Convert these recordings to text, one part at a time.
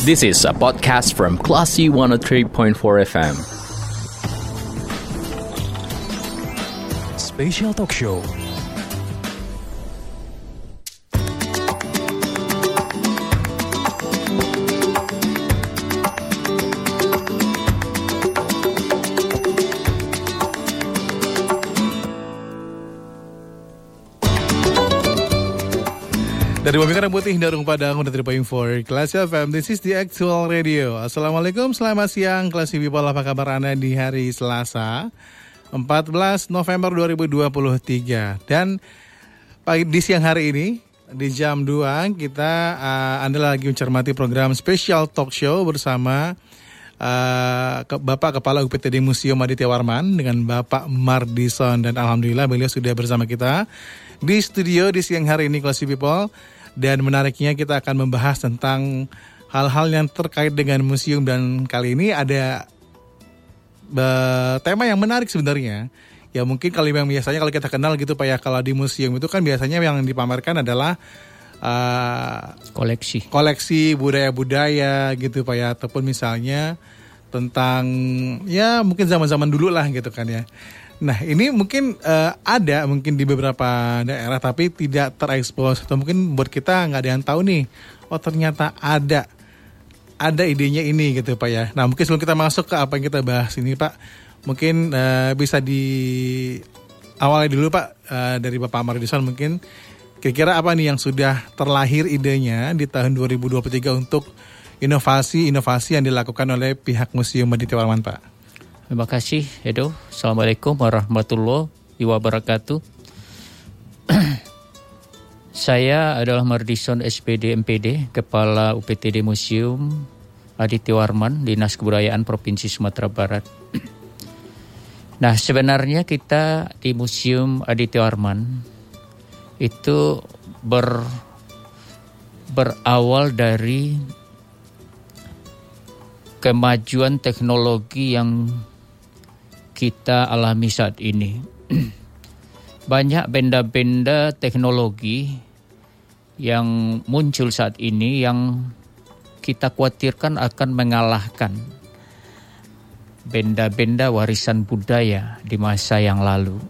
This is a podcast from Classy 103.4 FM. Special Talk Show. Dari Bumi Karang Putih, Darung Padang, 103.4 Classy FM, this is the actual radio. Assalamualaikum, selamat siang Classy People, apa kabar Anda di hari Selasa 14 November 2023. Dan di siang hari ini, di jam 2, Anda lagi mencermati program Special Talk Show bersama Bapak Kepala UPTD Museum Aditya Warman dengan Bapak Mardison. Dan Alhamdulillah beliau sudah bersama kita di studio di siang hari ini Classy People. Dan menariknya kita akan membahas tentang hal-hal yang terkait dengan museum. Dan kali ini ada tema yang menarik sebenarnya. Ya mungkin kalau yang biasanya kalau kita kenal gitu Pak ya, kalau di museum itu kan biasanya yang dipamerkan adalah koleksi budaya-budaya gitu Pak ya. Ataupun misalnya tentang ya mungkin zaman-zaman dulu lah gitu kan ya. Nah ini mungkin ada mungkin di beberapa daerah tapi tidak terekspos atau mungkin buat kita nggak ada yang tahu nih. Oh ternyata ada idenya ini gitu Pak ya. Nah mungkin sebelum kita masuk ke apa yang kita bahas ini Pak, mungkin bisa awali dulu Pak dari Bapak Mardison mungkin kira-kira apa nih yang sudah terlahir idenya di tahun 2023 untuk inovasi yang dilakukan oleh pihak Museum Aditya Warman Pak. Terima kasih Edo. Assalamualaikum warahmatullahi wabarakatuh. Saya adalah Mardison SPD MPD, Kepala UPTD Museum Aditya Warman, Dinas Kebudayaan Provinsi Sumatera Barat. Nah sebenarnya kita di Museum Aditya Warman itu berawal dari kemajuan teknologi yang kita alami saat ini. Banyak benda-benda teknologi yang muncul saat ini yang kita khawatirkan akan mengalahkan benda-benda warisan budaya di masa yang lalu.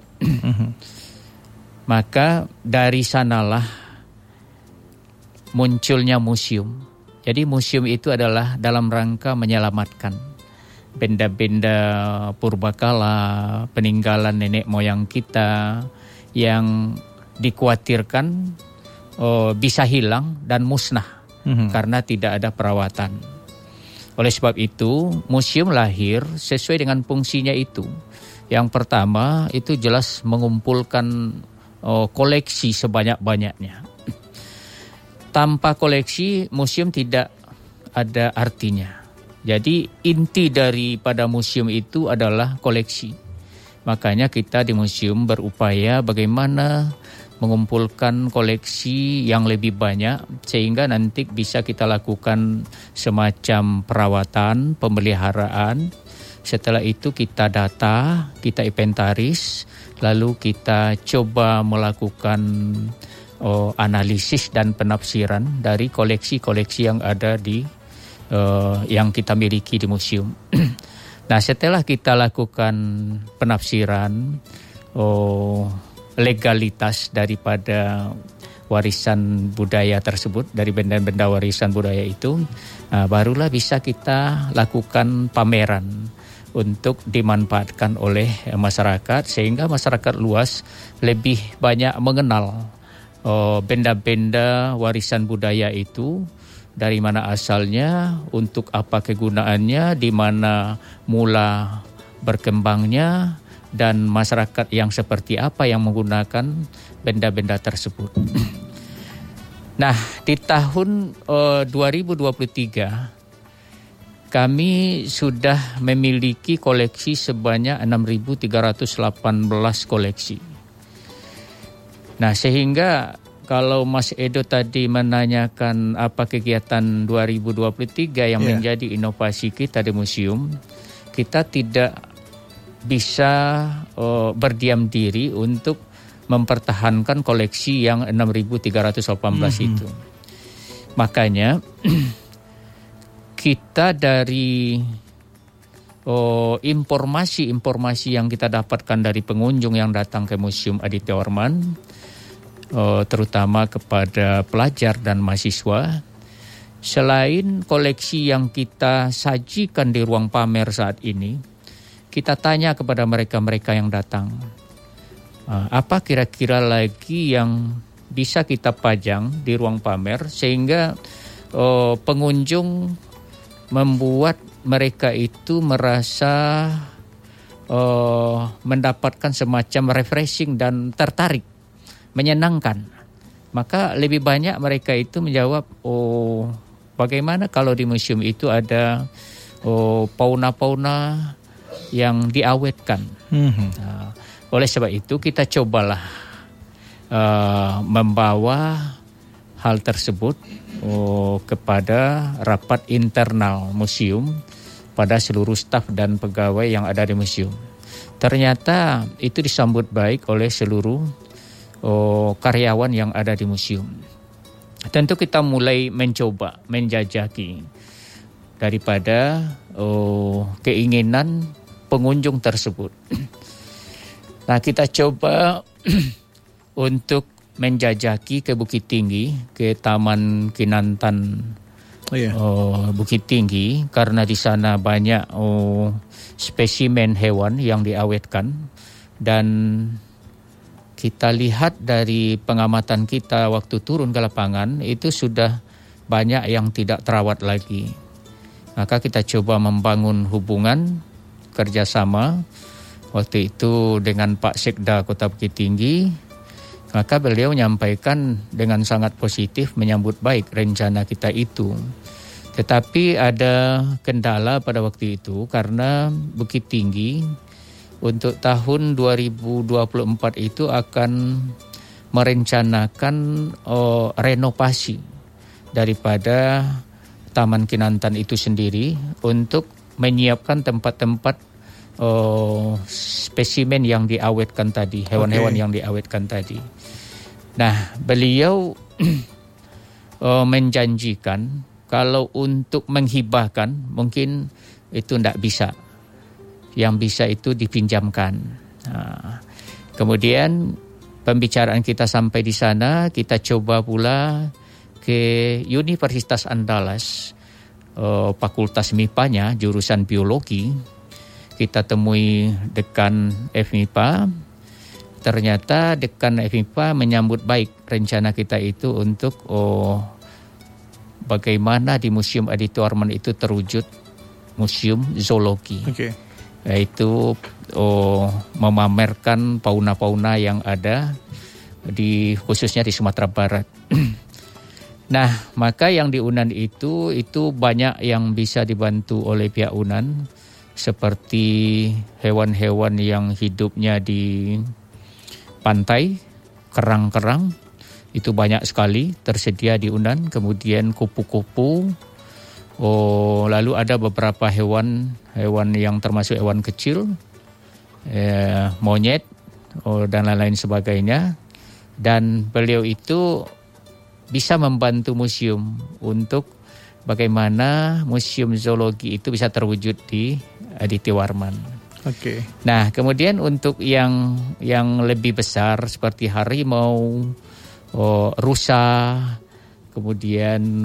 Maka dari sanalah munculnya museum. Jadi museum itu adalah dalam rangka menyelamatkan benda-benda purbakala, peninggalan nenek moyang kita yang dikhawatirkan bisa hilang dan musnah karena tidak ada perawatan. Oleh sebab itu, museum lahir sesuai dengan fungsinya itu. Yang pertama itu jelas mengumpulkan koleksi sebanyak-banyaknya. Tanpa koleksi, museum tidak ada artinya. Jadi inti daripada museum itu adalah koleksi. Makanya kita di museum berupaya bagaimana mengumpulkan koleksi yang lebih banyak sehingga nanti bisa kita lakukan semacam perawatan, pemeliharaan. Setelah itu kita data, kita inventaris, lalu kita coba melakukan analisis dan penafsiran dari koleksi-koleksi yang ada di yang kita miliki di museum. Nah, setelah kita lakukan penafsiran legalitas daripada warisan budaya tersebut, dari benda-benda warisan budaya itu, barulah bisa kita lakukan pameran untuk dimanfaatkan oleh masyarakat sehingga masyarakat luas lebih banyak mengenal benda-benda warisan budaya itu, dari mana asalnya, untuk apa kegunaannya, di mana mula berkembangnya, dan masyarakat yang seperti apa yang menggunakan benda-benda tersebut. Nah, di tahun 2023 kami sudah memiliki koleksi sebanyak 6.318 koleksi. Nah, sehingga kalau Mas Edo tadi menanyakan apa kegiatan 2023 yang menjadi inovasi kita di museum, kita tidak bisa berdiam diri untuk mempertahankan koleksi yang 6.318 itu. Makanya kita dari informasi yang kita dapatkan dari pengunjung yang datang ke Museum Aditya Warman, terutama kepada pelajar dan mahasiswa, selain koleksi yang kita sajikan di ruang pamer saat ini, kita tanya kepada mereka-mereka yang datang, apa kira-kira lagi yang bisa kita pajang di ruang pamer sehingga pengunjung membuat mereka itu merasa mendapatkan semacam refreshing dan tertarik, menyenangkan. Maka lebih banyak mereka itu menjawab, bagaimana kalau di museum itu ada fauna-fauna yang diawetkan. Nah, oleh sebab itu kita cobalah membawa hal tersebut kepada rapat internal museum pada seluruh staf dan pegawai yang ada di museum. Ternyata itu disambut baik oleh seluruh karyawan yang ada di museum. Tentu kita mulai mencoba, menjajaki daripada keinginan pengunjung tersebut. Nah, kita coba untuk menjajaki ke Bukit Tinggi, ke Taman Kinantan Bukit Tinggi, karena di sana banyak spesimen hewan yang diawetkan, dan kita lihat dari pengamatan kita waktu turun ke lapangan itu sudah banyak yang tidak terawat lagi. Maka kita coba membangun hubungan kerjasama waktu itu dengan Pak Sekda Kota Bukit Tinggi. Maka beliau menyampaikan dengan sangat positif, menyambut baik rencana kita itu. Tetapi ada kendala pada waktu itu karena Bukit Tinggi untuk tahun 2024 itu akan merencanakan renovasi daripada Taman Kinantan itu sendiri untuk menyiapkan tempat-tempat spesimen yang diawetkan tadi, hewan-hewan yang diawetkan tadi. Nah, beliau menjanjikan kalau untuk menghibahkan mungkin itu tidak bisa. Yang bisa itu dipinjamkan. Nah, kemudian pembicaraan kita sampai di sana, kita coba pula ke Universitas Andalas, Fakultas MIPA-nya, jurusan biologi. Kita temui dekan FMIPA. Ternyata dekan FMIPA menyambut baik rencana kita itu untuk bagaimana di Museum Aditya Warman itu terwujud museum zoologi. Yaitu memamerkan fauna-fauna yang ada khususnya di Sumatera Barat. Nah, maka yang di UNAN itu banyak yang bisa dibantu oleh pihak UNAN, seperti hewan-hewan yang hidupnya di pantai, kerang-kerang, itu banyak sekali tersedia di UNAN. Kemudian kupu-kupu, lalu ada beberapa hewan yang termasuk hewan kecil, monyet, dan lain-lain sebagainya. Dan beliau itu bisa membantu museum untuk bagaimana museum zoologi itu bisa terwujud di Aditya Warman. Nah, kemudian untuk yang lebih besar seperti harimau, rusa, kemudian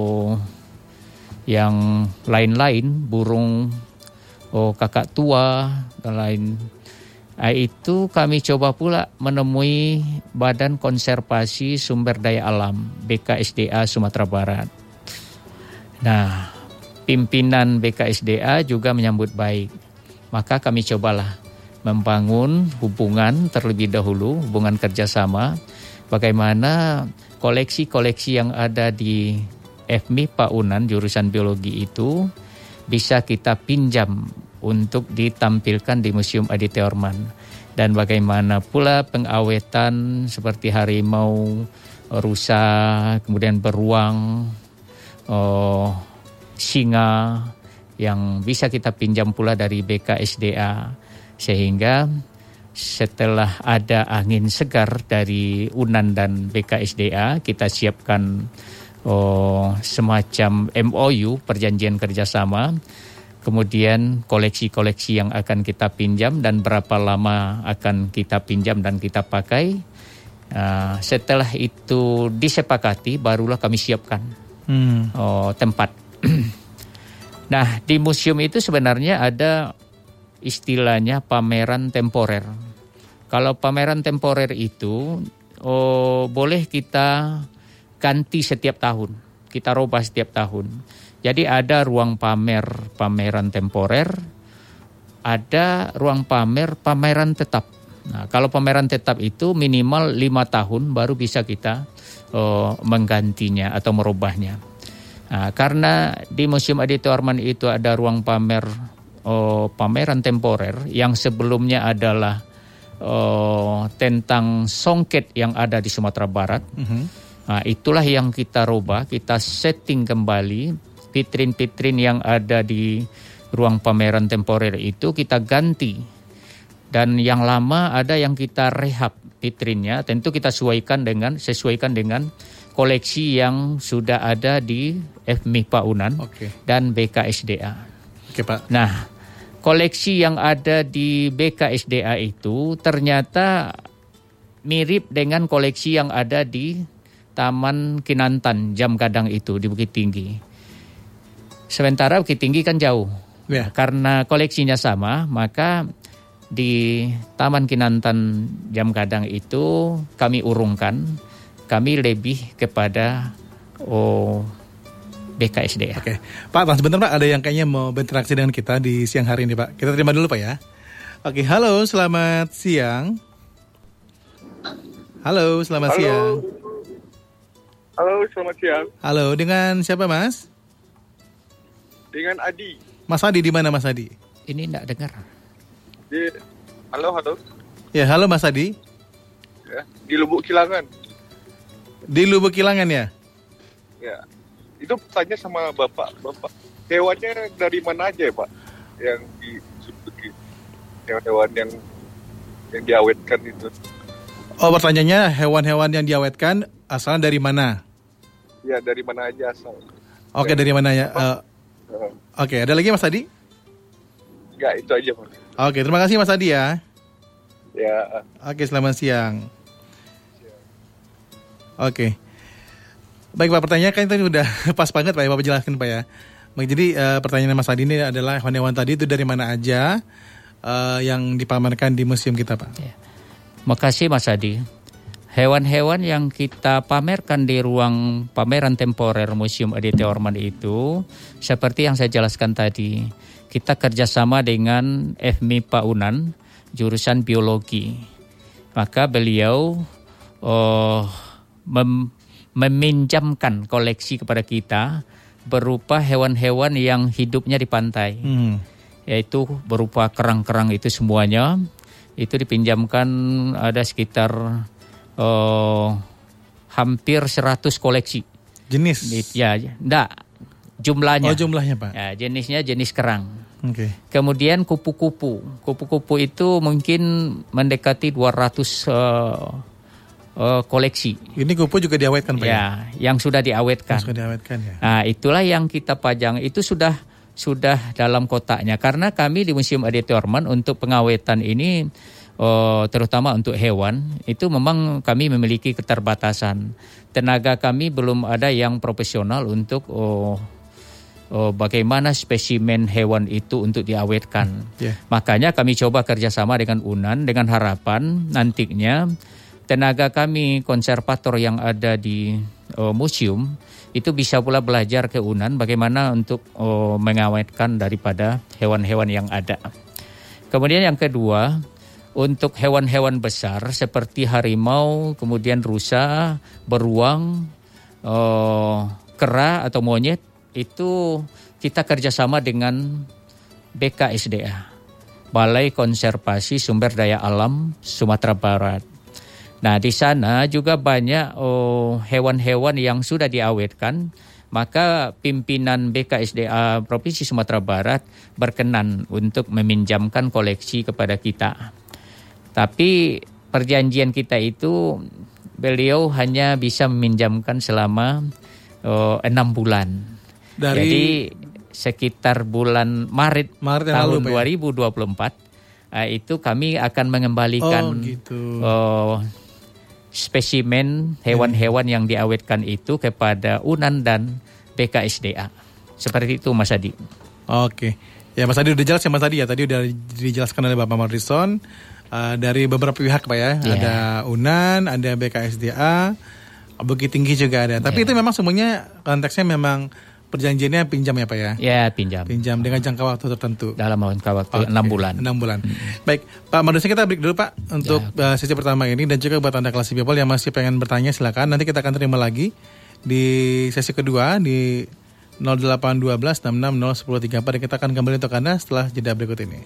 yang lain-lain, burung kakak tua dan lain, itu kami coba pula menemui Badan Konservasi Sumber Daya Alam BKSDA Sumatera Barat. Nah, pimpinan BKSDA juga menyambut baik. Maka kami cobalah membangun hubungan terlebih dahulu, hubungan kerjasama, bagaimana koleksi-koleksi yang ada di FMIPA UNAN jurusan biologi itu bisa kita pinjam untuk ditampilkan di Museum Aditya Warman. Dan bagaimana pula pengawetan seperti harimau, rusa, kemudian beruang, singa, yang bisa kita pinjam pula dari BKSDA. Sehingga setelah ada angin segar dari UNAN dan BKSDA, kita siapkan semacam MOU, perjanjian kerjasama, kemudian koleksi-koleksi yang akan kita pinjam dan berapa lama akan kita pinjam dan kita pakai. Setelah itu disepakati, barulah kami siapkan tempat. Nah, di museum itu sebenarnya ada istilahnya pameran temporer. Kalau pameran temporer itu boleh kita ganti setiap tahun, kita rubah setiap tahun. Jadi ada ruang pameran temporer, ada ruang pameran tetap. Nah, kalau pameran tetap itu minimal 5 tahun baru bisa kita menggantinya atau merubahnya. Nah, karena di Museum Aditya Warman itu ada ruang pameran temporer yang sebelumnya adalah tentang songket yang ada di Sumatera Barat. Nah, itulah yang kita rubah, kita setting kembali vitrin-vitrin yang ada di ruang pameran temporer itu kita ganti. Dan yang lama ada yang kita rehab vitrinnya, tentu kita sesuaikan dengan koleksi yang sudah ada di FMIPA UNAN dan BKSDA. Oke, Pak. Nah, koleksi yang ada di BKSDA itu ternyata mirip dengan koleksi yang ada di Taman Kinantan Jam Gadang itu di Bukit Tinggi. Sementara Bukit Tinggi kan jauh. Yeah. Karena koleksinya sama, maka di Taman Kinantan Jam Gadang itu kami urungkan. Kami lebih kepada BKSDA. Oke, Pak, sebentar Pak, ada yang kayaknya mau berinteraksi dengan kita di siang hari ini Pak. Kita terima dulu Pak ya. Oke, halo, selamat siang. Halo, selamat siang. Halo, selamat siang. Halo, dengan siapa Mas? Dengan Adi. Mas Adi, di mana Mas Adi? Ini enggak dengar. Halo. Ya, halo Mas Adi. Ya, di Lubuk Kilangan. Di Lubuk Kilangan ya? Ya. Itu tanya sama Bapak. Hewannya dari mana aja ya, Pak? Yang hewan-hewan yang diawetkan itu. Oh, pertanyaannya hewan-hewan yang diawetkan asalnya dari mana? Ya, dari mana aja asal. Oke, dari mana ya? Oke, ada lagi Mas Adi? Enggak, itu aja, Pak. Oke, terima kasih Mas Adi ya. Ya. Oke, selamat siang. Oke. Baik Pak, pertanyaan kan tadi udah pas banget Pak ya, Bapak jelaskan Pak ya. Baik, jadi pertanyaan Mas Adi ini adalah hewan-hewan tadi itu dari mana aja yang dipamerkan di museum kita Pak? Ya. Makasih Mas Adi. Hewan-hewan yang kita pamerkan di ruang pameran temporer Museum Aditya Warman itu seperti yang saya jelaskan tadi. Kita kerjasama dengan FMIPA UNAN, jurusan biologi. Maka beliau meminjamkan koleksi kepada kita berupa hewan-hewan yang hidupnya di pantai. Yaitu berupa kerang-kerang itu semuanya. Itu dipinjamkan ada sekitar hampir 100 koleksi. Jenis? Ya, enggak. Jumlahnya. Oh, jumlahnya Pak. Ya, jenisnya jenis kerang. Oke. Kemudian kupu-kupu. Kupu-kupu itu mungkin mendekati 200 koleksi. Ini kupu juga diawetkan Pak ya? Yang sudah diawetkan. Sudah diawetkan ya. Nah, itulah yang kita pajang. Itu sudah dalam kotaknya. Karena kami di Museum Aditya Warman untuk pengawetan ini terutama untuk hewan itu memang kami memiliki keterbatasan. Tenaga kami belum ada yang profesional untuk bagaimana spesimen hewan itu untuk diawetkan. Makanya kami coba kerjasama dengan UNAN dengan harapan nantinya tenaga kami konservator yang ada di museum itu bisa pula belajar ke UNAN bagaimana untuk mengawetkan daripada hewan-hewan yang ada. Kemudian yang kedua, untuk hewan-hewan besar seperti harimau, kemudian rusa, beruang, kera atau monyet, itu kita kerjasama dengan BKSDA, Balai Konservasi Sumber Daya Alam Sumatera Barat. Nah, di sana juga banyak hewan-hewan yang sudah diawetkan, maka pimpinan BKSDA Provinsi Sumatera Barat berkenan untuk meminjamkan koleksi kepada kita. Tapi perjanjian kita itu beliau hanya bisa meminjamkan selama 6 bulan. Jadi sekitar bulan Maret tahun 2024 itu kami akan mengembalikan spesimen hewan-hewan yang diawetkan itu kepada UNAN dan BKSDA. Seperti itu Mas Adi. Oke. Ya Mas Adi udah jelas ya Mas Adi ya. Tadi udah dijelaskan oleh Bapak Mardison dari beberapa pihak Pak ya. Ada UNAN, ada BKSDA, Bukit Tinggi juga ada. Tapi itu memang semuanya konteksnya memang perjanjiannya pinjam ya Pak ya? Ya pinjam. Pinjam dengan jangka waktu tertentu. Dalam jangka waktu 6 bulan. 6 bulan. Baik Pak Mardison, kita break dulu Pak untuk sesi pertama ini. Dan juga buat Anda Classy People yang masih pengen bertanya silakan. Nanti kita akan terima lagi di sesi kedua di 0812 66 0 10 34. Dan kita akan kembali untuk Anda setelah jeda berikut ini.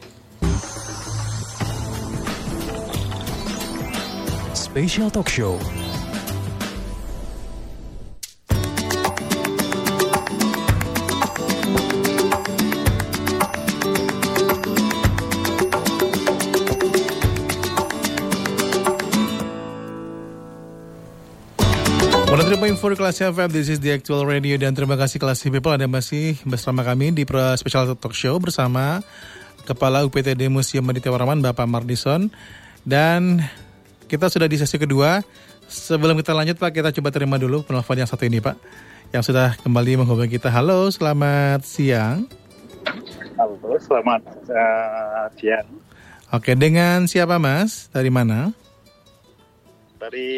Special Talk Show. For Classy FM, this is the actual radio. Dan terima kasih Classy People, Anda masih bersama kami di Special Talk Show bersama Kepala UPTD Museum Aditya Warman Bapak Mardison. Dan kita sudah di sesi kedua. Sebelum kita lanjut Pak, kita coba terima dulu penelpon yang satu ini Pak, yang sudah kembali menghubungi kita. Halo, selamat siang. Halo, selamat siang. Oke, dengan siapa Mas? Dari mana? Dari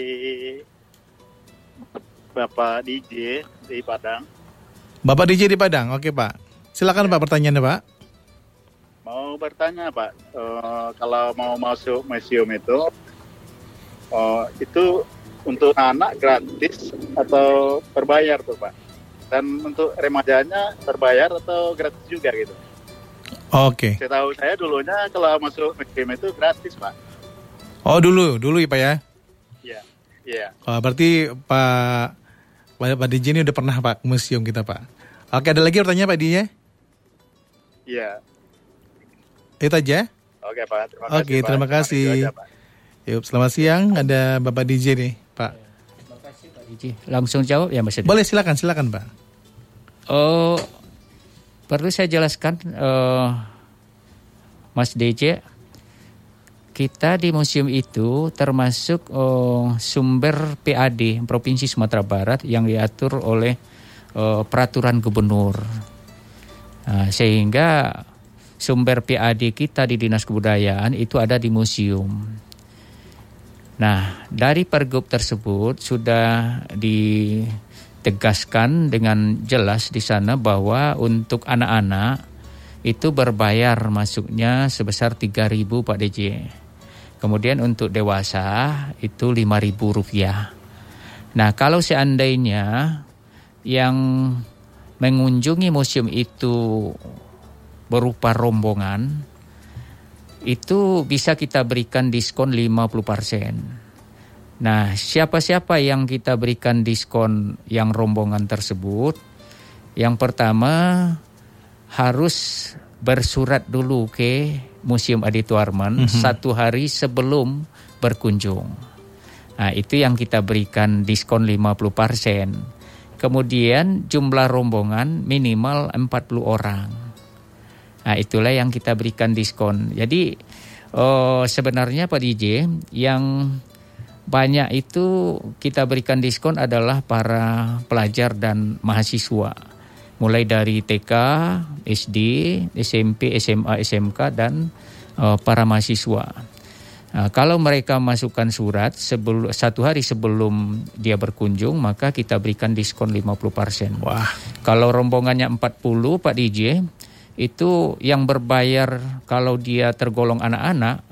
Bapak DJ di Padang. Bapak DJ di Padang, oke Pak. Silakan Pak pertanyaannya Pak. Mau bertanya Pak, kalau mau masuk museum itu untuk anak gratis atau berbayar tuh Pak? Dan untuk remajanya berbayar atau gratis juga gitu? Oke. Setahu saya dulunya kalau masuk museum itu gratis Pak. Oh dulu ya Pak ya? Iya. Oh, berarti Pak DJ ini udah pernah Pak ke museum kita Pak. Oke, ada lagi pertanyaan Pak DJ? Iya. Itu aja? Oke Pak, terima kasih. Oke, terima kasih. Yuk, selamat siang. Ada Bapak DJ nih Pak. Terima kasih Pak DJ. Langsung jawab ya Mas Edi? Boleh, silakan Pak. Perlu saya jelaskan Mas DJ, kita di museum itu termasuk sumber PAD Provinsi Sumatera Barat yang diatur oleh peraturan gubernur. Sehingga sumber PAD kita di Dinas Kebudayaan itu ada di museum. Nah, dari pergub tersebut sudah ditegaskan dengan jelas di sana bahwa untuk anak-anak itu berbayar masuknya sebesar 3.000 Pak DJ. Kemudian untuk dewasa itu Rp5.000. Nah, kalau seandainya yang mengunjungi museum itu berupa rombongan, itu bisa kita berikan diskon 50%. Nah, siapa-siapa yang kita berikan diskon yang rombongan tersebut? Yang pertama harus bersurat dulu ke Museum Aditya Warman 1 hari sebelum berkunjung. Nah, itu yang kita berikan diskon 50%. Kemudian jumlah rombongan minimal 40 orang. Nah, itulah yang kita berikan diskon. Jadi sebenarnya Pak DJ, yang banyak itu kita berikan diskon adalah para pelajar dan mahasiswa. Mulai dari TK, SD, SMP, SMA, SMK, dan para mahasiswa. Kalau mereka masukkan surat 1 hari sebelum dia berkunjung, maka kita berikan diskon 50%. Wah. Kalau rombongannya 40, Pak DJ, itu yang berbayar kalau dia tergolong anak-anak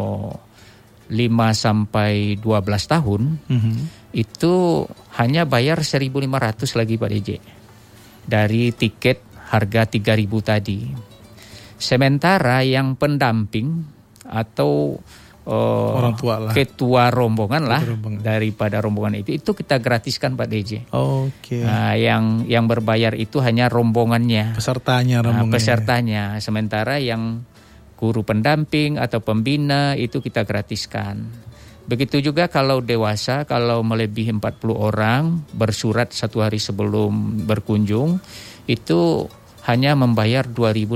5 sampai 12 tahun, itu hanya bayar 1.500 lagi Pak DJ. Dari tiket harga 3.000 tadi. Sementara yang pendamping atau orang tua lah, ketua rombongan lah daripada rombongan itu kita gratiskan Pak DJ. Oke. Nah, yang berbayar itu hanya rombongannya, pesertanya. Sementara yang guru pendamping atau pembina itu kita gratiskan. Begitu juga kalau dewasa, kalau melebihi 40 orang bersurat 1 hari sebelum berkunjung, itu hanya membayar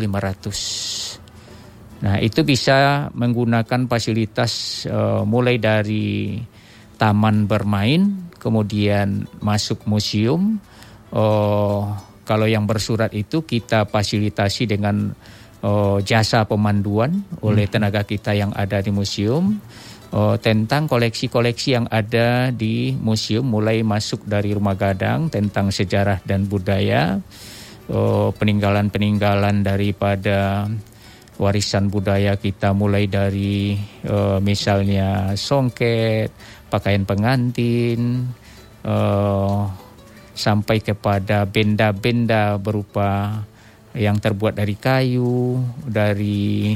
2.500. Nah, itu bisa menggunakan fasilitas mulai dari taman bermain, kemudian masuk museum. Kalau yang bersurat itu kita fasilitasi dengan jasa pemanduan oleh tenaga kita yang ada di museum. Tentang koleksi-koleksi yang ada di museum, mulai masuk dari Rumah Gadang tentang sejarah dan budaya, peninggalan-peninggalan daripada warisan budaya kita, mulai dari misalnya songket, pakaian pengantin, sampai kepada benda-benda berupa yang terbuat dari kayu, dari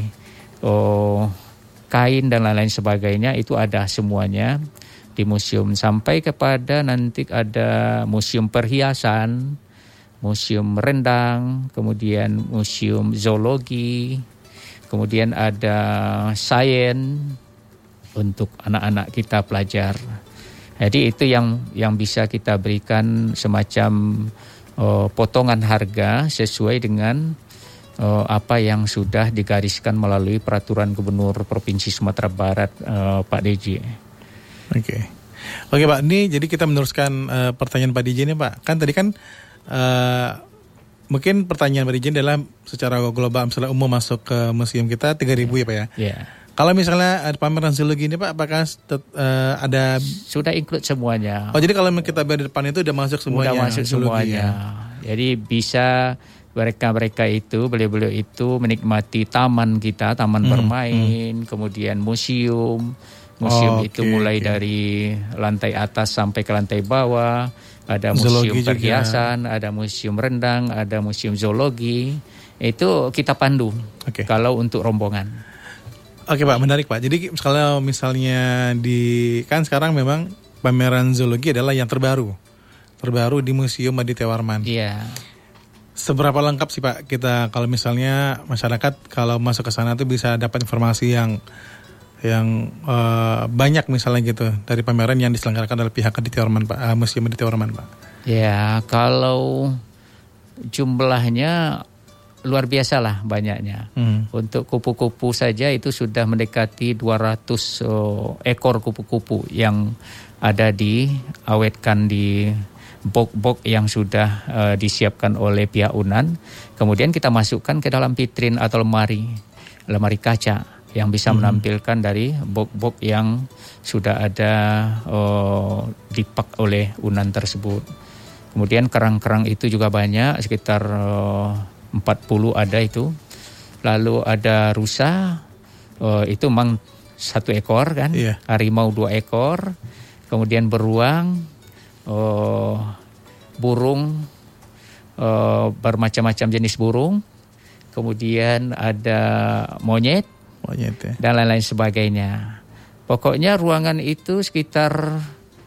kain dan lain-lain sebagainya, itu ada semuanya di museum. Sampai kepada nanti ada museum perhiasan, museum rendang, kemudian museum zoologi, kemudian ada sains untuk anak-anak kita pelajar. Jadi itu yang bisa kita berikan semacam potongan harga sesuai dengan apa yang sudah digariskan melalui peraturan Gubernur Provinsi Sumatera Barat, Pak DJ. Oke Pak, ini jadi kita meneruskan pertanyaan Pak DJ ini Pak. Kan tadi kan mungkin pertanyaan Pak DJ adalah secara global, misalnya umum masuk ke museum kita 3.000 ya Pak ya. Iya. Kalau misalnya ada pameran zoologi ini Pak, apakah ada? Sudah include semuanya. Oh, jadi kalau kita di depan itu udah masuk semuanya? Sudah masuk semuanya. Ya. Jadi bisa mereka itu, beliau-beliau itu menikmati taman kita, taman bermain, kemudian museum. Museum itu mulai dari lantai atas sampai ke lantai bawah. Ada museum perhiasan, ada museum rendang, ada museum zoologi. Itu kita pandu kalau untuk rombongan. Oke Pak, menarik Pak. Jadi kalau misalnya kan sekarang memang pameran zoologi adalah yang terbaru di Museum Aditya Warman. Iya. Seberapa lengkap sih Pak kita kalau misalnya masyarakat kalau masuk ke sana tuh bisa dapat informasi yang banyak misalnya gitu dari pameran yang diselenggarakan oleh pihak Aditya Warman Pak, Museum Aditya Warman Pak? Ya, kalau jumlahnya luar biasa lah banyaknya. Untuk kupu-kupu saja itu sudah mendekati 200 ekor kupu-kupu yang ada diawetkan di box-box yang sudah disiapkan oleh pihak UNAN. Kemudian kita masukkan ke dalam vitrin atau lemari kaca yang bisa menampilkan dari box-box yang sudah ada dipak oleh UNAN tersebut. Kemudian kerang-kerang itu juga banyak, sekitar 40 ada itu. Lalu ada rusa, itu memang 1 ekor kan, harimau 2 ekor, kemudian beruang, burung, bermacam-macam jenis burung, kemudian ada monyet ya, dan lain-lain sebagainya. Pokoknya ruangan itu sekitar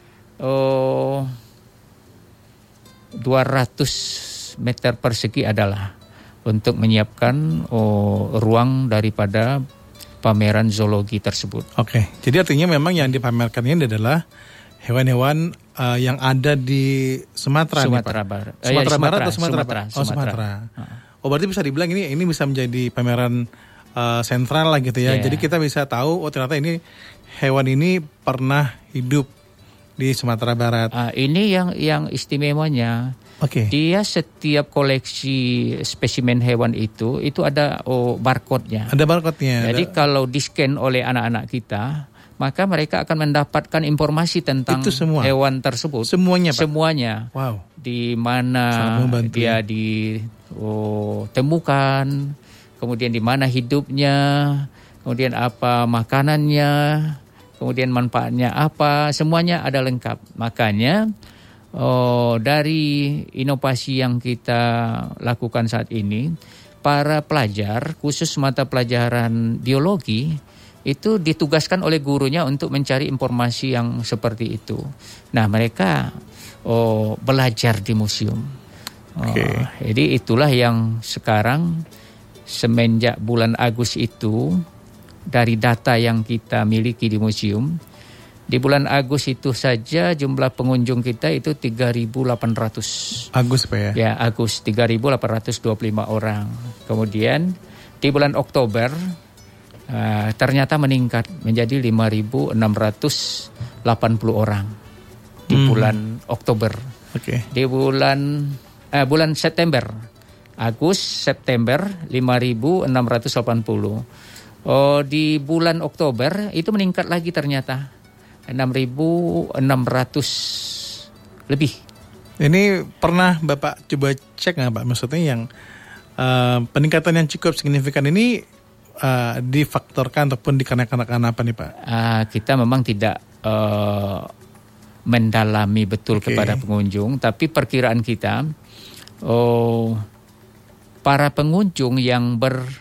200 meter persegi adalah untuk menyiapkan ruang daripada pameran zoologi tersebut. Oke, jadi artinya memang yang dipamerkan ini adalah hewan-hewan yang ada di Sumatera Barat. Sumatera Barat atau Sumatera? Sumatera. Oh, berarti bisa dibilang ini bisa menjadi pameran sentral lah gitu ya. Jadi kita bisa tahu ternyata ini hewan ini pernah hidup di Sumatera Barat. Ini yang istimewanya. Dia setiap koleksi spesimen hewan itu ada barcode-nya. Ada barcode-nya. Jadi kalau di-scan oleh anak-anak kita, maka mereka akan mendapatkan informasi tentang hewan tersebut. Semuanya, Pak? Semuanya. Wow. Di mana dia ditemukan, kemudian di mana hidupnya, kemudian apa makanannya, kemudian manfaatnya apa, semuanya ada lengkap. Makanya dari inovasi yang kita lakukan saat ini, para pelajar, khusus mata pelajaran biologi, itu ditugaskan oleh gurunya untuk mencari informasi yang seperti itu. Nah, mereka belajar di museum. Jadi itulah yang sekarang semenjak bulan Agustus itu, dari data yang kita miliki di museum, Di bulan Agustus itu saja jumlah pengunjung kita itu 3.800. Agustus Pak ya? Ya, Agustus 3.825 orang. Kemudian di bulan Oktober ternyata meningkat menjadi 5.680 orang di bulan Oktober. Di bulan September, September 5.680. Di bulan Oktober itu meningkat lagi ternyata 6.600 lebih. Ini pernah Bapak coba cek nggak Pak? Maksudnya yang peningkatan yang cukup signifikan ini difaktorkan ataupun dikarenakan apa nih Pak? Kita memang tidak mendalami betul kepada pengunjung, tapi perkiraan kita para pengunjung yang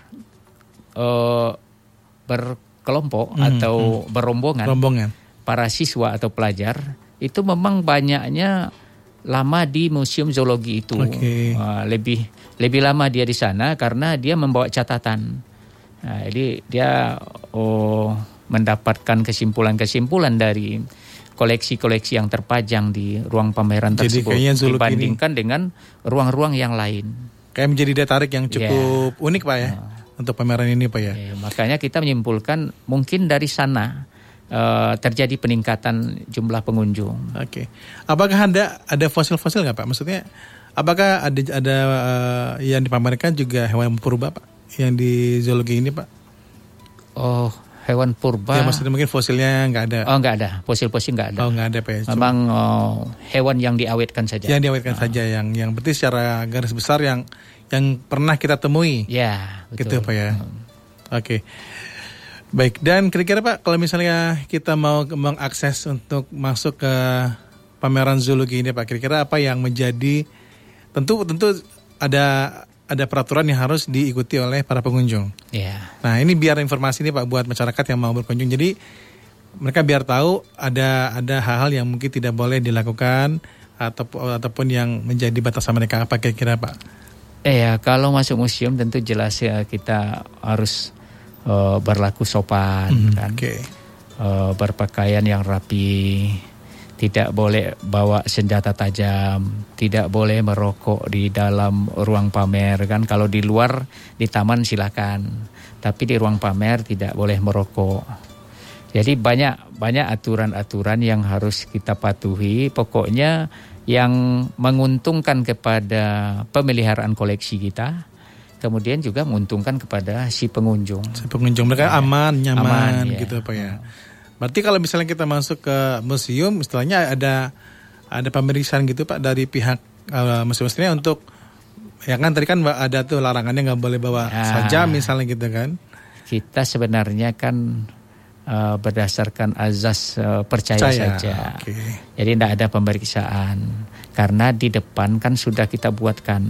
berkelompok atau berombongan, para siswa atau pelajar itu memang banyaknya lama di Museum Zoologi itu. Lebih lama dia di sana karena dia membawa catatan. Jadi dia mendapatkan kesimpulan-kesimpulan dari koleksi-koleksi yang terpajang di ruang pameran tersebut dibandingkan dengan ruang-ruang yang lain. Kayak menjadi daya tarik yang cukup unik Pak ya untuk pameran ini Pak ya. Makanya kita menyimpulkan mungkin dari sana terjadi peningkatan jumlah pengunjung. Apakah ada fosil-fosil nggak Pak? Maksudnya apakah ada yang dipamerkan juga hewan purba Pak yang di zoologi ini Pak? Hewan purba. Ya maksudnya mungkin fosilnya nggak ada. Nggak ada. Fosil-fosil nggak ada. Nggak ada Pak ya. Memang hewan yang diawetkan saja. Yang diawetkan saja yang berarti secara garis besar yang pernah kita temui. Ya, betul. Gitu Pak ya. Baik, dan kira-kira Pak kalau misalnya kita mau mengakses untuk masuk ke pameran zoologi ini Pak, kira-kira apa yang menjadi tentu ada peraturan yang harus diikuti oleh para pengunjung. Nah, ini biar informasi ini Pak buat masyarakat yang mau berkunjung. Jadi mereka biar tahu ada hal-hal yang mungkin tidak boleh dilakukan ataupun yang menjadi batasan mereka apa kira-kira Pak? Kalau masuk museum tentu jelas ya kita harus berlaku sopan berpakaian yang rapi, tidak boleh bawa senjata tajam, tidak boleh merokok di dalam ruang pamer kan. Kalau di luar di taman silakan, tapi di ruang pamer tidak boleh merokok. Jadi banyak aturan-aturan yang harus kita patuhi. Pokoknya yang menguntungkan kepada pemeliharaan koleksi kita, kemudian juga menguntungkan kepada si pengunjung. Mereka aman, nyaman gitu Pak ya. Berarti kalau misalnya kita masuk ke museum, istilahnya ada pemeriksaan gitu Pak dari pihak museumnya untuk, ya kan tadi kan ada tuh larangannya nggak boleh bawa saja misalnya gitu kan. Kita sebenarnya kan berdasarkan azas percaya saja. Jadi tidak ada pemeriksaan karena di depan kan sudah kita buatkan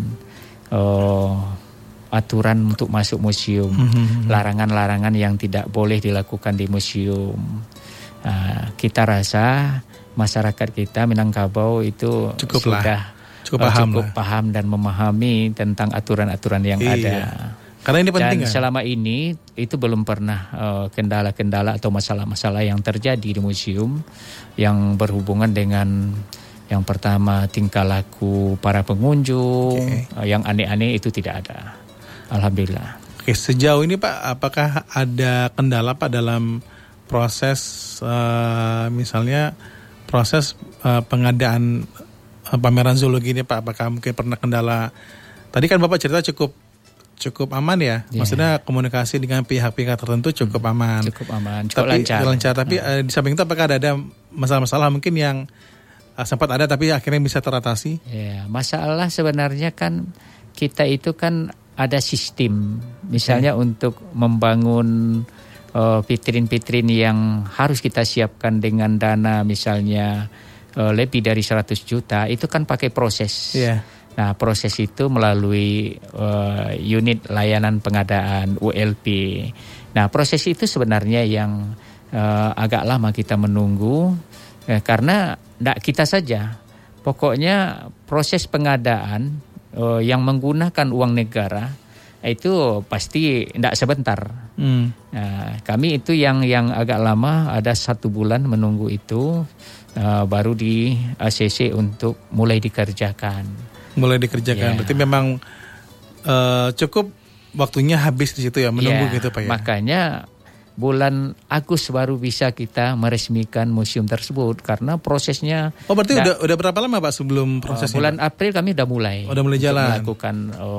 aturan untuk masuk museum, larangan-larangan yang tidak boleh dilakukan di museum. Kita rasa masyarakat kita Minangkabau itu cukup paham dan memahami tentang aturan-aturan yang ada. Karena ini penting. Dan selama ini itu belum pernah kendala-kendala atau masalah-masalah yang terjadi di museum yang berhubungan dengan yang pertama tingkah laku para pengunjung, yang aneh-aneh itu tidak ada. Alhamdulillah. Sejauh ini Pak, apakah ada kendala Pak dalam proses misalnya proses pengadaan pameran zoologi ini Pak? Apakah mungkin pernah kendala? Tadi kan Bapak cerita cukup aman ya, maksudnya komunikasi dengan pihak-pihak tertentu cukup aman. Cukup lancar. Tapi di samping itu apakah ada masalah-masalah mungkin yang sempat ada tapi akhirnya bisa teratasi? Masalah sebenarnya kan kita itu kan ada sistem, misalnya untuk membangun vitrin-vitrin yang harus kita siapkan dengan dana misalnya lebih dari 100 juta, itu kan pakai proses. Nah, proses itu melalui unit layanan pengadaan ULP. Nah, proses itu sebenarnya yang agak lama kita menunggu karena tidak kita saja. Pokoknya proses pengadaan yang menggunakan uang negara itu pasti tidak sebentar. Nah, kami itu yang agak lama, ada 1 bulan menunggu itu, baru di ACC untuk mulai dikerjakan. Berarti memang cukup waktunya habis di situ ya, menunggu gitu Pak ya. Makanya bulan Agustus baru bisa kita meresmikan museum tersebut karena prosesnya. Oh berarti udah berapa lama Pak sebelum prosesnya? Bulan April kami udah mulai. Udah mulai jalan. Melakukan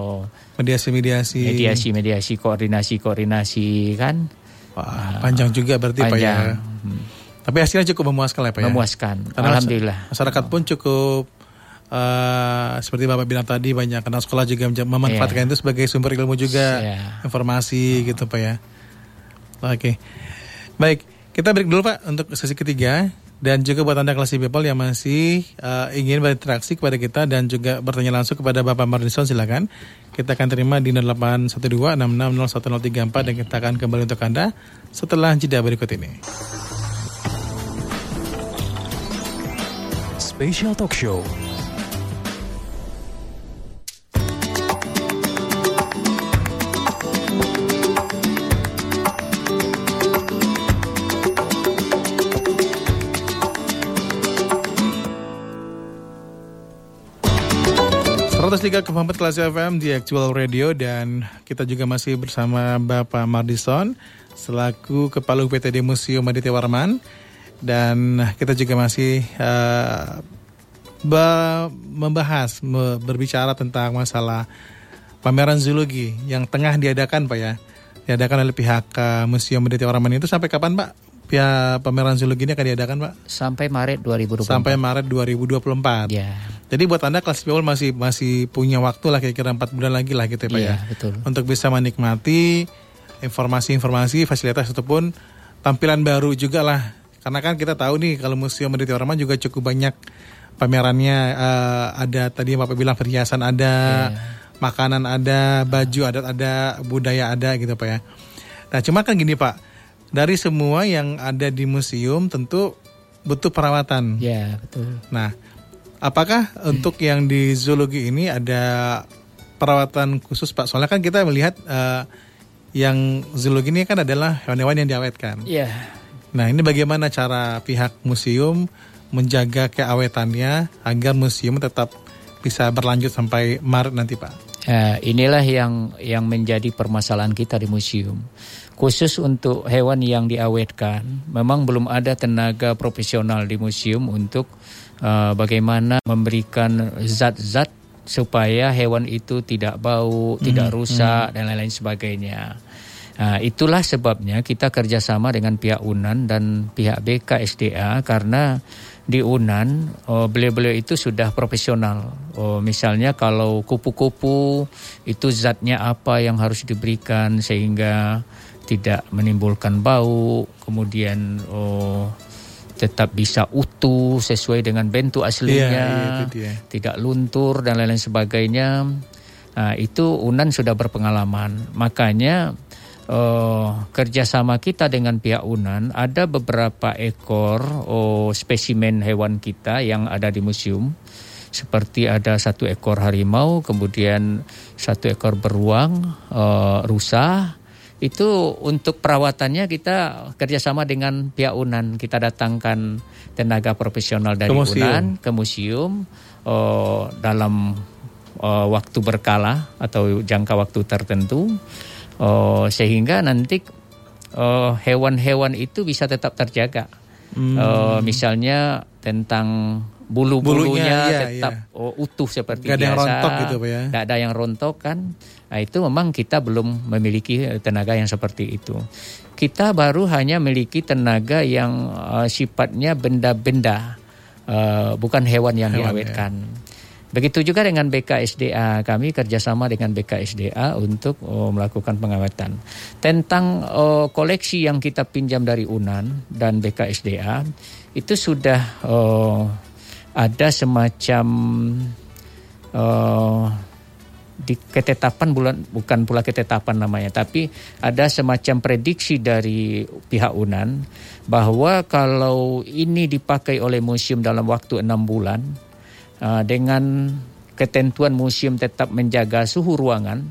mediasi, koordinasi kan. Wah, panjang juga berarti Pak ya. Tapi hasilnya cukup memuaskan ya Pak ya. Memuaskan. Karena Alhamdulillah. Masyarakat pun cukup seperti Bapak bilang tadi, banyak anak sekolah juga memanfaatkan itu sebagai sumber ilmu juga, informasi gitu Pak ya. Oke. Baik, kita break dulu Pak untuk sesi ketiga. Dan juga buat Anda Classy People yang masih ingin berinteraksi kepada kita dan juga bertanya langsung kepada Bapak Mardison, silakan. Kita akan terima di 0812660134 dan kita akan kembali untuk Anda setelah jeda berikut ini. Special Talk Show. Classy FM di Actual Radio, dan kita juga masih bersama Bapak Mardison selaku Kepala UPTD Museum Aditya Warman, dan kita juga masih berbicara tentang masalah pameran zoologi yang tengah diadakan Pak ya, diadakan oleh pihak Museum Aditya Warman. Itu sampai kapan Pak? Pihak pameran zoologi ini akan diadakan Pak? Sampai Maret 2024. Sampai Maret 2024. Ya. Jadi buat Anda Classy People masih punya waktu lah, kira-kira 4 bulan lagi lah gitu ya Pak ya. Betul. Untuk bisa menikmati informasi-informasi, fasilitas ataupun tampilan baru juga lah. Karena kan kita tahu nih kalau Museum Aditya Warman juga cukup banyak pamerannya, ada tadi yang Bapak bilang perhiasan ada, makanan ada, baju adat ada, budaya ada gitu Pak ya. Nah cuma kan gini Pak, dari semua yang ada di museum tentu butuh perawatan. Ya betul. Nah, apakah untuk yang di zoologi ini ada perawatan khusus Pak? Soalnya kan kita melihat yang zoologi ini kan adalah hewan-hewan yang diawetkan. Iya. Nah, ini bagaimana cara pihak museum menjaga keawetannya agar museum tetap bisa berlanjut sampai Maret nanti Pak? Inilah yang menjadi permasalahan kita di museum. Khusus untuk hewan yang diawetkan, memang belum ada tenaga profesional di museum untuk bagaimana memberikan zat-zat supaya hewan itu tidak bau, tidak rusak dan lain-lain sebagainya. Itulah sebabnya kita kerjasama dengan pihak UNAN dan pihak BKSDA, karena di UNAN beliau-beliau itu sudah profesional. Misalnya kalau kupu-kupu itu zatnya apa yang harus diberikan sehingga tidak menimbulkan bau, kemudian tetap bisa utuh sesuai dengan bentuk aslinya, tidak luntur dan lain-lain sebagainya. Itu UNAN sudah berpengalaman. Makanya kerjasama kita dengan pihak UNAN, ada beberapa ekor spesimen hewan kita yang ada di museum. Seperti ada 1 ekor harimau, kemudian 1 ekor beruang, rusa. Itu untuk perawatannya kita kerjasama dengan pihak UNAN. Kita datangkan tenaga profesional dari UNAN ke museum dalam waktu berkala atau jangka waktu tertentu, sehingga nanti hewan-hewan itu bisa tetap terjaga. Misalnya tentang bulu-bulunya tetap utuh seperti biasa. Gak ada yang rontok gitu Pak ya? Gak ada yang rontok kan. Nah, itu memang kita belum memiliki tenaga yang seperti itu. Kita baru hanya memiliki tenaga yang sifatnya benda-benda, bukan hewan yang diawetkan. Begitu juga dengan BKSDA, kami kerjasama dengan BKSDA untuk melakukan pengawatan. Tentang koleksi yang kita pinjam dari UNAN dan BKSDA, itu sudah ada semacam di ketetapan bukan pula ketetapan namanya, tapi ada semacam prediksi dari pihak UNAN bahwa kalau ini dipakai oleh museum dalam waktu 6 bulan, dengan ketentuan museum tetap menjaga suhu ruangan,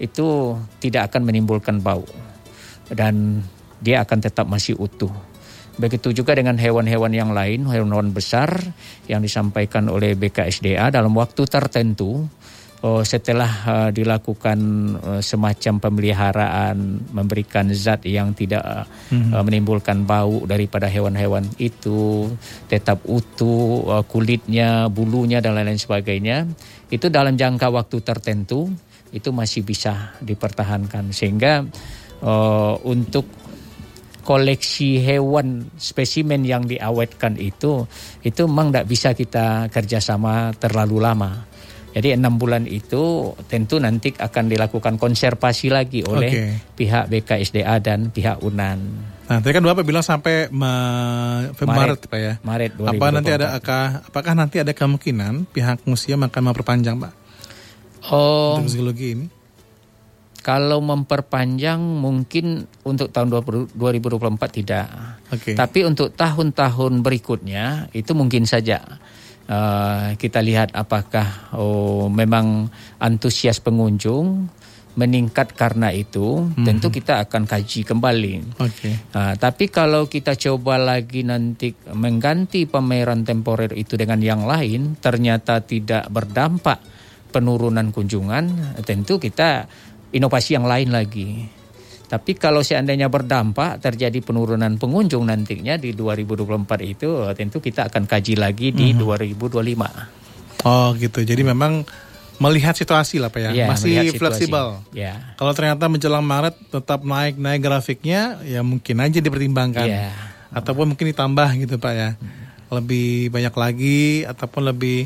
itu tidak akan menimbulkan bau dan dia akan tetap masih utuh. Begitu juga dengan hewan-hewan yang lain, hewan-hewan besar yang disampaikan oleh BKSDA dalam waktu tertentu setelah dilakukan semacam pemeliharaan, memberikan zat yang tidak menimbulkan bau daripada hewan-hewan itu, tetap utuh kulitnya, bulunya dan lain-lain sebagainya, itu dalam jangka waktu tertentu itu masih bisa dipertahankan. Sehingga untuk koleksi hewan spesimen yang diawetkan itu memang tidak bisa kita kerjasama terlalu lama. Jadi 6 bulan itu tentu nanti akan dilakukan konservasi lagi oleh pihak BKSDA dan pihak UNAN. Nah, tadi kan Bapak bilang sampai Maret Pak ya. Maret 2024. Apakah nanti ada kemungkinan pihak museum akan memperpanjang Pak? Untuk zoologi ini? Kalau memperpanjang mungkin untuk tahun 2024 tidak. Tapi untuk tahun-tahun berikutnya itu mungkin saja. Kita lihat apakah memang antusias pengunjung meningkat karena itu, tentu kita akan kaji kembali. Tapi kalau kita coba lagi nanti mengganti pameran temporer itu dengan yang lain, ternyata tidak berdampak penurunan kunjungan, tentu kita inovasi yang lain lagi. Tapi kalau seandainya berdampak terjadi penurunan pengunjung nantinya di 2024 itu, tentu kita akan kaji lagi di 2025. Oh gitu, jadi memang melihat situasi lah Pak ya, masih fleksibel. Ya. Kalau ternyata menjelang Maret tetap naik grafiknya, ya mungkin aja dipertimbangkan. Ataupun mungkin ditambah gitu Pak ya. Lebih banyak lagi ataupun lebih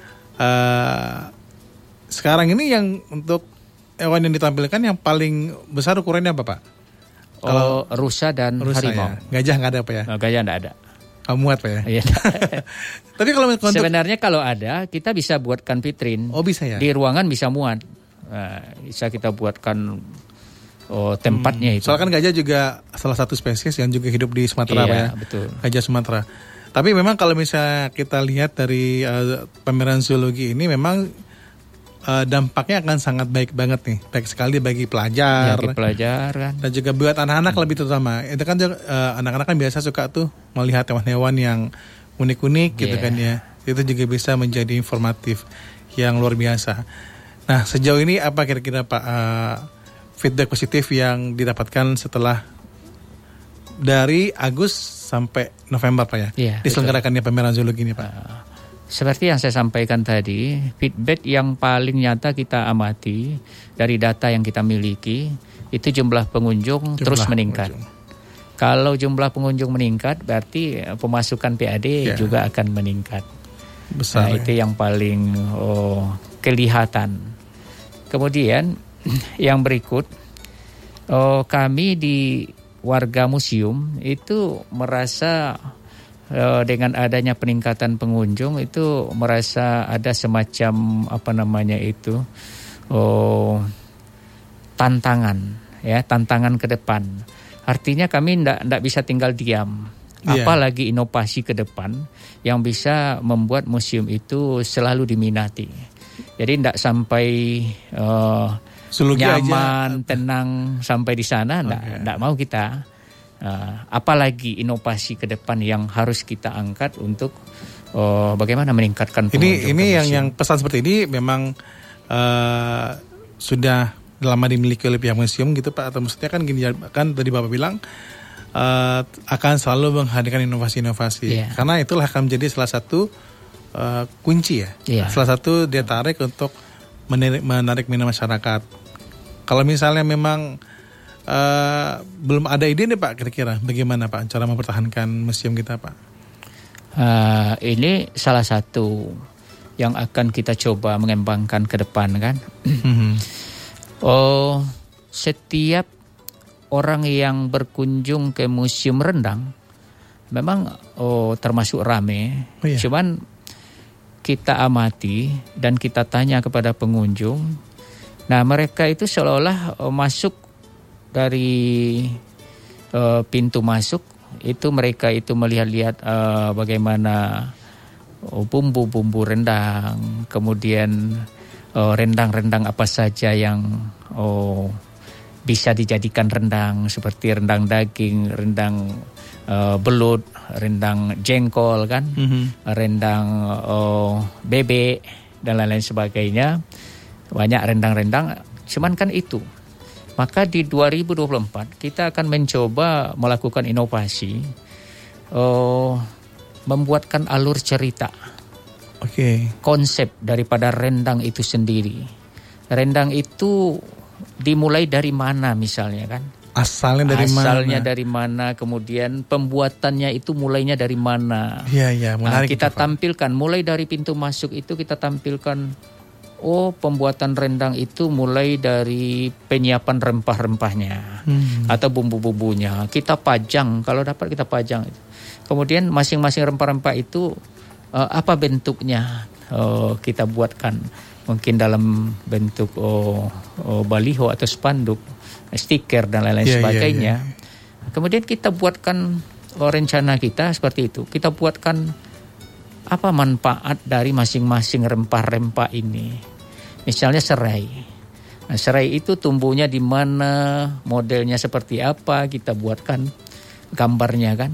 sekarang ini yang untuk hewan yang ditampilkan yang paling besar ukurannya apa Pak? Kalau rusa dan harimau. Ya. Gajah nggak ada Pak ya? Gajah nggak ada. Muat Pak ya? Iya. Tapi kalau untuk... Sebenarnya kalau ada, kita bisa buatkan vitrin. Oh bisa ya? Di ruangan bisa muat. Bisa kita buatkan tempatnya itu. Soalnya kan gajah juga salah satu spesies yang juga hidup di Sumatera Pak ya? Betul. Gajah Sumatera. Tapi memang kalau misalnya kita lihat dari pameran zoologi ini memang dampaknya akan sangat baik banget nih, baik sekali bagi pelajar, kan. Dan juga buat anak-anak lebih terutama. Itu kan anak-anak kan biasa suka tuh melihat hewan-hewan yang unik-unik gitu kan ya. Itu juga bisa menjadi informatif yang luar biasa. Nah sejauh ini apa kira-kira Pak feedback positif yang didapatkan setelah dari Agustus sampai November Pak ya, diselenggarakannya pameran zoologi ini Pak? Seperti yang saya sampaikan tadi, feedback yang paling nyata kita amati dari data yang kita miliki, itu jumlah pengunjung terus meningkat. Kalau jumlah pengunjung meningkat, berarti pemasukan PAD juga akan meningkat. Besar. Itu yang paling kelihatan. Kemudian yang berikut, kami di warga museum itu merasa dengan adanya peningkatan pengunjung itu merasa ada semacam tantangan ke depan. Artinya kami tidak bisa tinggal diam. Apalagi inovasi ke depan yang bisa membuat museum itu selalu diminati. Jadi tidak sampai nyaman, tenang sampai di sana, tidak mau kita. Apalagi inovasi ke depan yang harus kita angkat untuk bagaimana meningkatkan pengunjung. Ini yang pesan seperti ini memang sudah lama dimiliki oleh pihak museum gitu Pak, atau maksudnya kan gini kan tadi Bapak bilang akan selalu menghadirkan inovasi-inovasi karena itulah akan menjadi salah satu kunci salah satu daya tarik untuk menarik minat masyarakat. Kalau misalnya memang belum ada ide nih Pak, kira-kira bagaimana Pak cara mempertahankan museum kita Pak? Ini salah satu yang akan kita coba mengembangkan ke depan kan. Setiap orang yang berkunjung ke Museum Rendang memang termasuk rame. Cuman kita amati dan kita tanya kepada pengunjung. Nah mereka itu seolah-olah masuk dari pintu masuk itu mereka itu melihat-lihat bagaimana bumbu-bumbu rendang, kemudian rendang-rendang apa saja yang bisa dijadikan rendang, seperti rendang daging, rendang belut, rendang jengkol kan, rendang bebek dan lain-lain sebagainya. Banyak rendang-rendang, cuman kan itu. Maka di 2024 kita akan mencoba melakukan inovasi, membuatkan alur cerita. Konsep daripada rendang itu sendiri. Rendang itu dimulai dari mana misalnya kan? Asalnya dari mana, kemudian pembuatannya itu mulainya dari mana. Iya, menarik. Kita tampilkan, mulai dari pintu masuk itu kita tampilkan, pembuatan rendang itu mulai dari penyiapan rempah-rempahnya atau bumbu-bumbunya. Kita pajang, kalau dapat kita pajang. Kemudian masing-masing rempah-rempah itu apa bentuknya, kita buatkan. Mungkin dalam bentuk baliho atau spanduk, stiker dan lain-lain sebagainya. Kemudian kita buatkan rencana kita seperti itu. Kita buatkan apa manfaat dari masing-masing rempah-rempah ini. Misalnya serai. Nah, serai itu tumbuhnya di mana, modelnya seperti apa, kita buatkan gambarnya kan.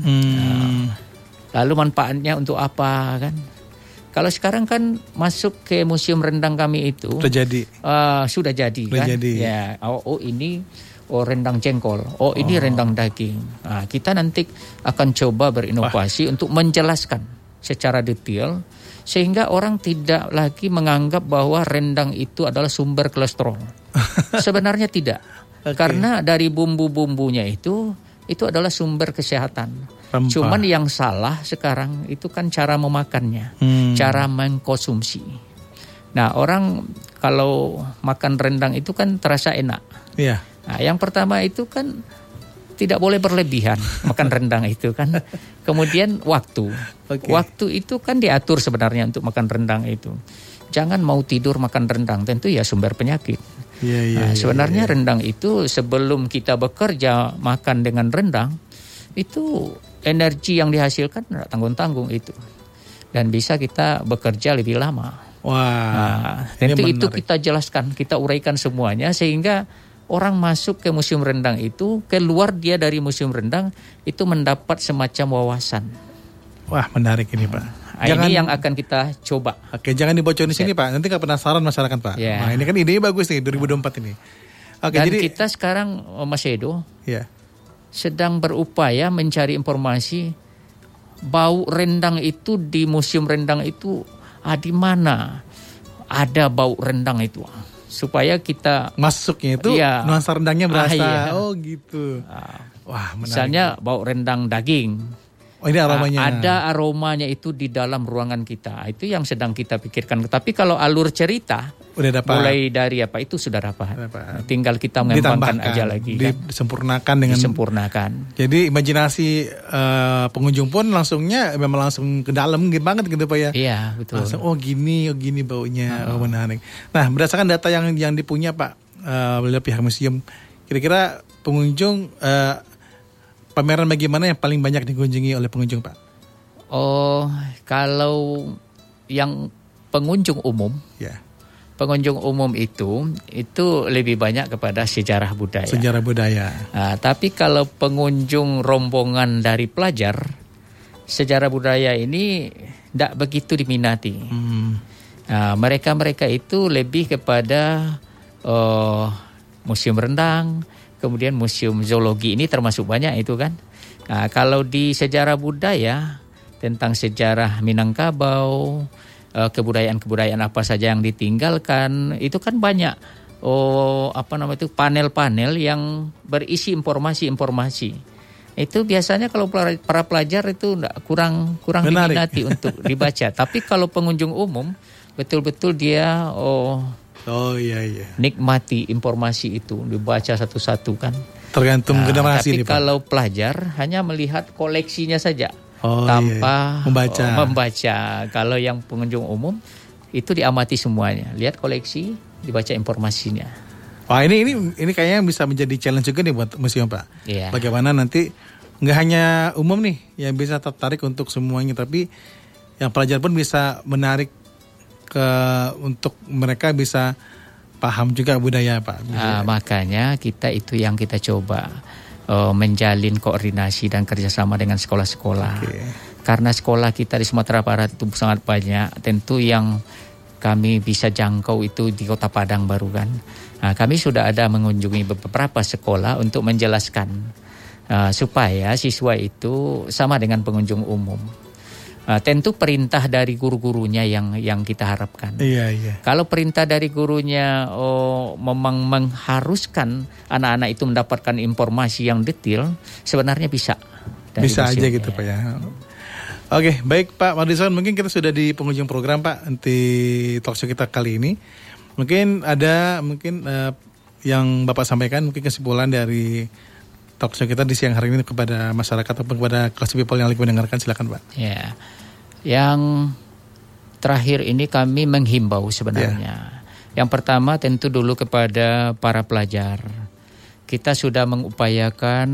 Lalu manfaatnya untuk apa kan. Kalau sekarang kan masuk ke museum rendang kami itu sudah jadi kan. Ya, ini rendang jengkol. Ini rendang daging. Nah, kita nanti akan coba berinovasi untuk menjelaskan secara detail sehingga orang tidak lagi menganggap bahwa rendang itu adalah sumber kolesterol. Sebenarnya tidak. Karena dari bumbu-bumbunya itu adalah sumber kesehatan. Rempah. Cuman yang salah sekarang itu kan cara memakannya, cara mengkonsumsi. Nah, orang kalau makan rendang itu kan terasa enak. Iya. Nah, yang pertama itu kan tidak boleh berlebihan makan rendang itu kan. Kemudian waktu. Waktu itu kan diatur sebenarnya untuk makan rendang itu. Jangan mau tidur makan rendang, tentu ya sumber penyakit. Sebenarnya rendang itu sebelum kita bekerja makan dengan rendang, itu energi yang dihasilkan tidak tanggung-tanggung itu. Dan bisa kita bekerja lebih lama. Tentu itu kita jelaskan, kita uraikan semuanya sehingga orang masuk ke museum rendang itu, keluar dia dari museum rendang itu mendapat semacam wawasan. Wah, menarik ini Pak. Ini yang akan kita coba. Jangan dibocorin di sini Pak, nanti nggak penasaran masyarakat Pak. Nah, ini kan idenya bagus nih 2024 ini. Dan jadi kita sekarang Mas Edo sedang berupaya mencari informasi bau rendang itu di museum rendang itu di mana ada bau rendang itu. Supaya kita masuknya itu nuansa rendangnya berasa. Gitu. Wah, menarik. Misalnya bau rendang daging. Ini aromanya. Ada aromanya itu di dalam ruangan kita. Itu yang sedang kita pikirkan. Tapi kalau alur cerita udah dapat. Mulai dari apa itu sudah dapat. Tinggal kita mengembangkan aja lagi kan. Disempurnakan. Jadi imajinasi pengunjung pun memang langsung ke dalam banget gitu Pak ya. Iya, betul. Langsung gini baunya. Menarik. Nah, berdasarkan data yang dipunya Pak oleh pihak museum, kira-kira pengunjung pameran bagaimana yang paling banyak dikunjungi oleh pengunjung Pak? Kalau yang pengunjung umum, pengunjung umum itu lebih banyak kepada sejarah budaya. Sejarah budaya. Tapi kalau pengunjung rombongan dari pelajar, sejarah budaya ini tidak begitu diminati. Mereka itu lebih kepada museum rendang. Kemudian museum zoologi ini termasuk banyak itu kan. Nah, kalau di sejarah budaya tentang sejarah Minangkabau, kebudayaan-kebudayaan apa saja yang ditinggalkan, itu kan banyak panel-panel yang berisi informasi-informasi. Itu biasanya kalau para pelajar itu kurang diminati untuk dibaca. Tapi kalau pengunjung umum betul-betul dia nikmati informasi itu, dibaca satu-satu kan. Tergantung generasi. Tapi kalau pelajar hanya melihat koleksinya saja tanpa membaca. Kalau yang pengunjung umum itu diamati semuanya, lihat koleksi, dibaca informasinya. Wah, ini kayaknya bisa menjadi challenge juga nih buat museum Pak. Bagaimana nanti nggak hanya umum nih yang bisa tertarik untuk semuanya, tapi yang pelajar pun bisa menarik untuk mereka bisa paham juga budaya Pak. Makanya kita itu yang kita coba menjalin koordinasi dan kerjasama dengan sekolah-sekolah. Karena sekolah kita di Sumatera Barat itu sangat banyak, tentu yang kami bisa jangkau itu di Kota Padang baru kan. Kami sudah ada mengunjungi beberapa sekolah untuk menjelaskan supaya siswa itu sama dengan pengunjung umum. Tentu perintah dari guru-gurunya yang kita harapkan. Iya. Kalau perintah dari gurunya memang mengharuskan anak-anak itu mendapatkan informasi yang detail, sebenarnya bisa. Bisa aja gitu Pak ya. Oke, baik Pak Mardison, mungkin kita sudah di penghujung program Pak di talkshow kita kali ini. Mungkin ada yang Bapak sampaikan, mungkin kesimpulan dari talkshow kita di siang hari ini kepada masyarakat atau kepada kelas people yang lagi mendengarkan, silakan Pak. Ya, yang terakhir ini kami menghimbau sebenarnya. Yang pertama tentu dulu kepada para pelajar. Kita sudah mengupayakan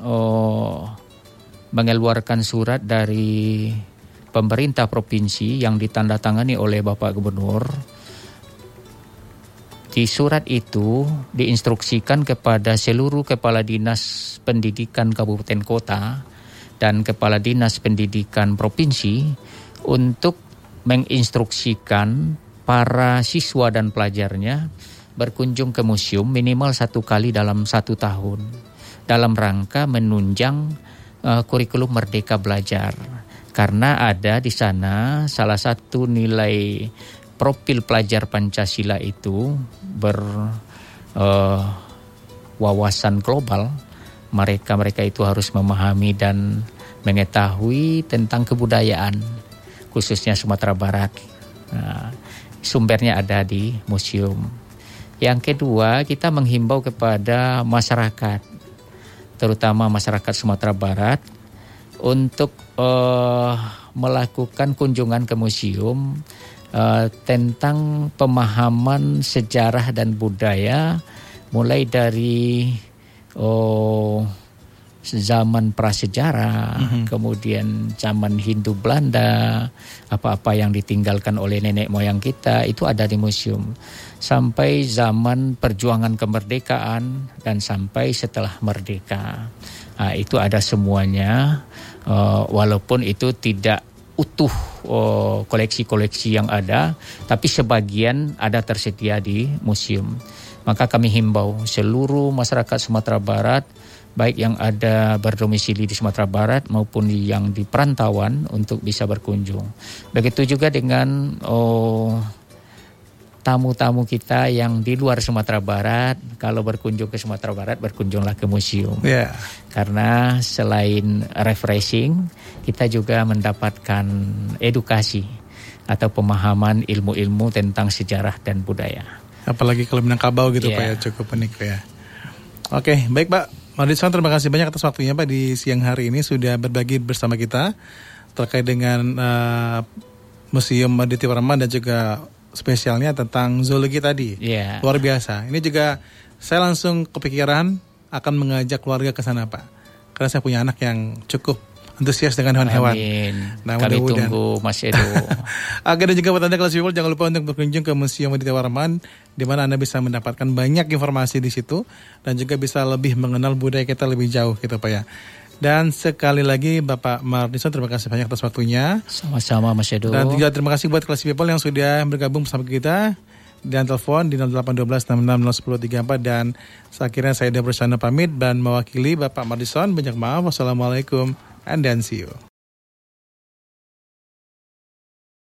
mengeluarkan surat dari pemerintah provinsi yang ditandatangani oleh Bapak Gubernur. Di surat itu diinstruksikan kepada seluruh kepala dinas pendidikan kabupaten kota dan kepala dinas pendidikan provinsi untuk menginstruksikan para siswa dan pelajarnya berkunjung ke museum minimal 1 kali dalam 1 tahun dalam rangka menunjang kurikulum Merdeka Belajar. Karena ada di sana salah satu nilai profil pelajar Pancasila itu berwawasan global. Mereka itu harus memahami dan mengetahui tentang kebudayaan, khususnya Sumatera Barat. Sumbernya ada di museum. Yang kedua, kita menghimbau kepada masyarakat, terutama masyarakat Sumatera Barat, untuk melakukan kunjungan ke museum tentang pemahaman sejarah dan budaya, mulai dari zaman prasejarah, kemudian zaman Hindu Belanda, apa-apa yang ditinggalkan oleh nenek moyang kita itu ada di museum, sampai zaman perjuangan kemerdekaan dan sampai setelah merdeka. Itu ada semuanya, walaupun itu tidak utuh koleksi-koleksi yang ada, tapi sebagian ada tersedia di museum. Maka kami himbau seluruh masyarakat Sumatera Barat, baik yang ada berdomisili di Sumatera Barat maupun yang di perantauan, untuk bisa berkunjung. Begitu juga dengan tamu-tamu kita yang di luar Sumatera Barat, kalau berkunjung ke Sumatera Barat, berkunjunglah ke museum. Karena selain refreshing, kita juga mendapatkan edukasi atau pemahaman ilmu-ilmu tentang sejarah dan budaya. Apalagi kalau Minangkabau gitu Pak ya, cukup unik ya. Oke, baik Pak Mardison, terima kasih banyak atas waktunya Pak di siang hari ini sudah berbagi bersama kita terkait dengan Museum Aditya Warman dan juga spesialnya tentang zoologi tadi. Luar biasa. Ini juga saya langsung kepikiran akan mengajak keluarga ke sana Pak. Karena saya punya anak yang cukup antusias dengan hewan-hewan. Nah, kami tunggu Mas Edo. Agar dan juga buat Anda kelas people, jangan lupa untuk berkunjung ke Museum Aditya Warman, di mana Anda bisa mendapatkan banyak informasi di situ dan juga bisa lebih mengenal budaya kita lebih jauh gitu Pak ya. Dan sekali lagi Bapak Mardison, terima kasih banyak atas waktunya. Sama-sama Mas Edo. Dan juga terima kasih buat kelas people yang sudah bergabung bersama kita dan telepon di 0812661034. Dan akhirnya saya Debrosana pamit dan mewakili Bapak Mardison. Banyak maaf. Wassalamualaikum and then see you.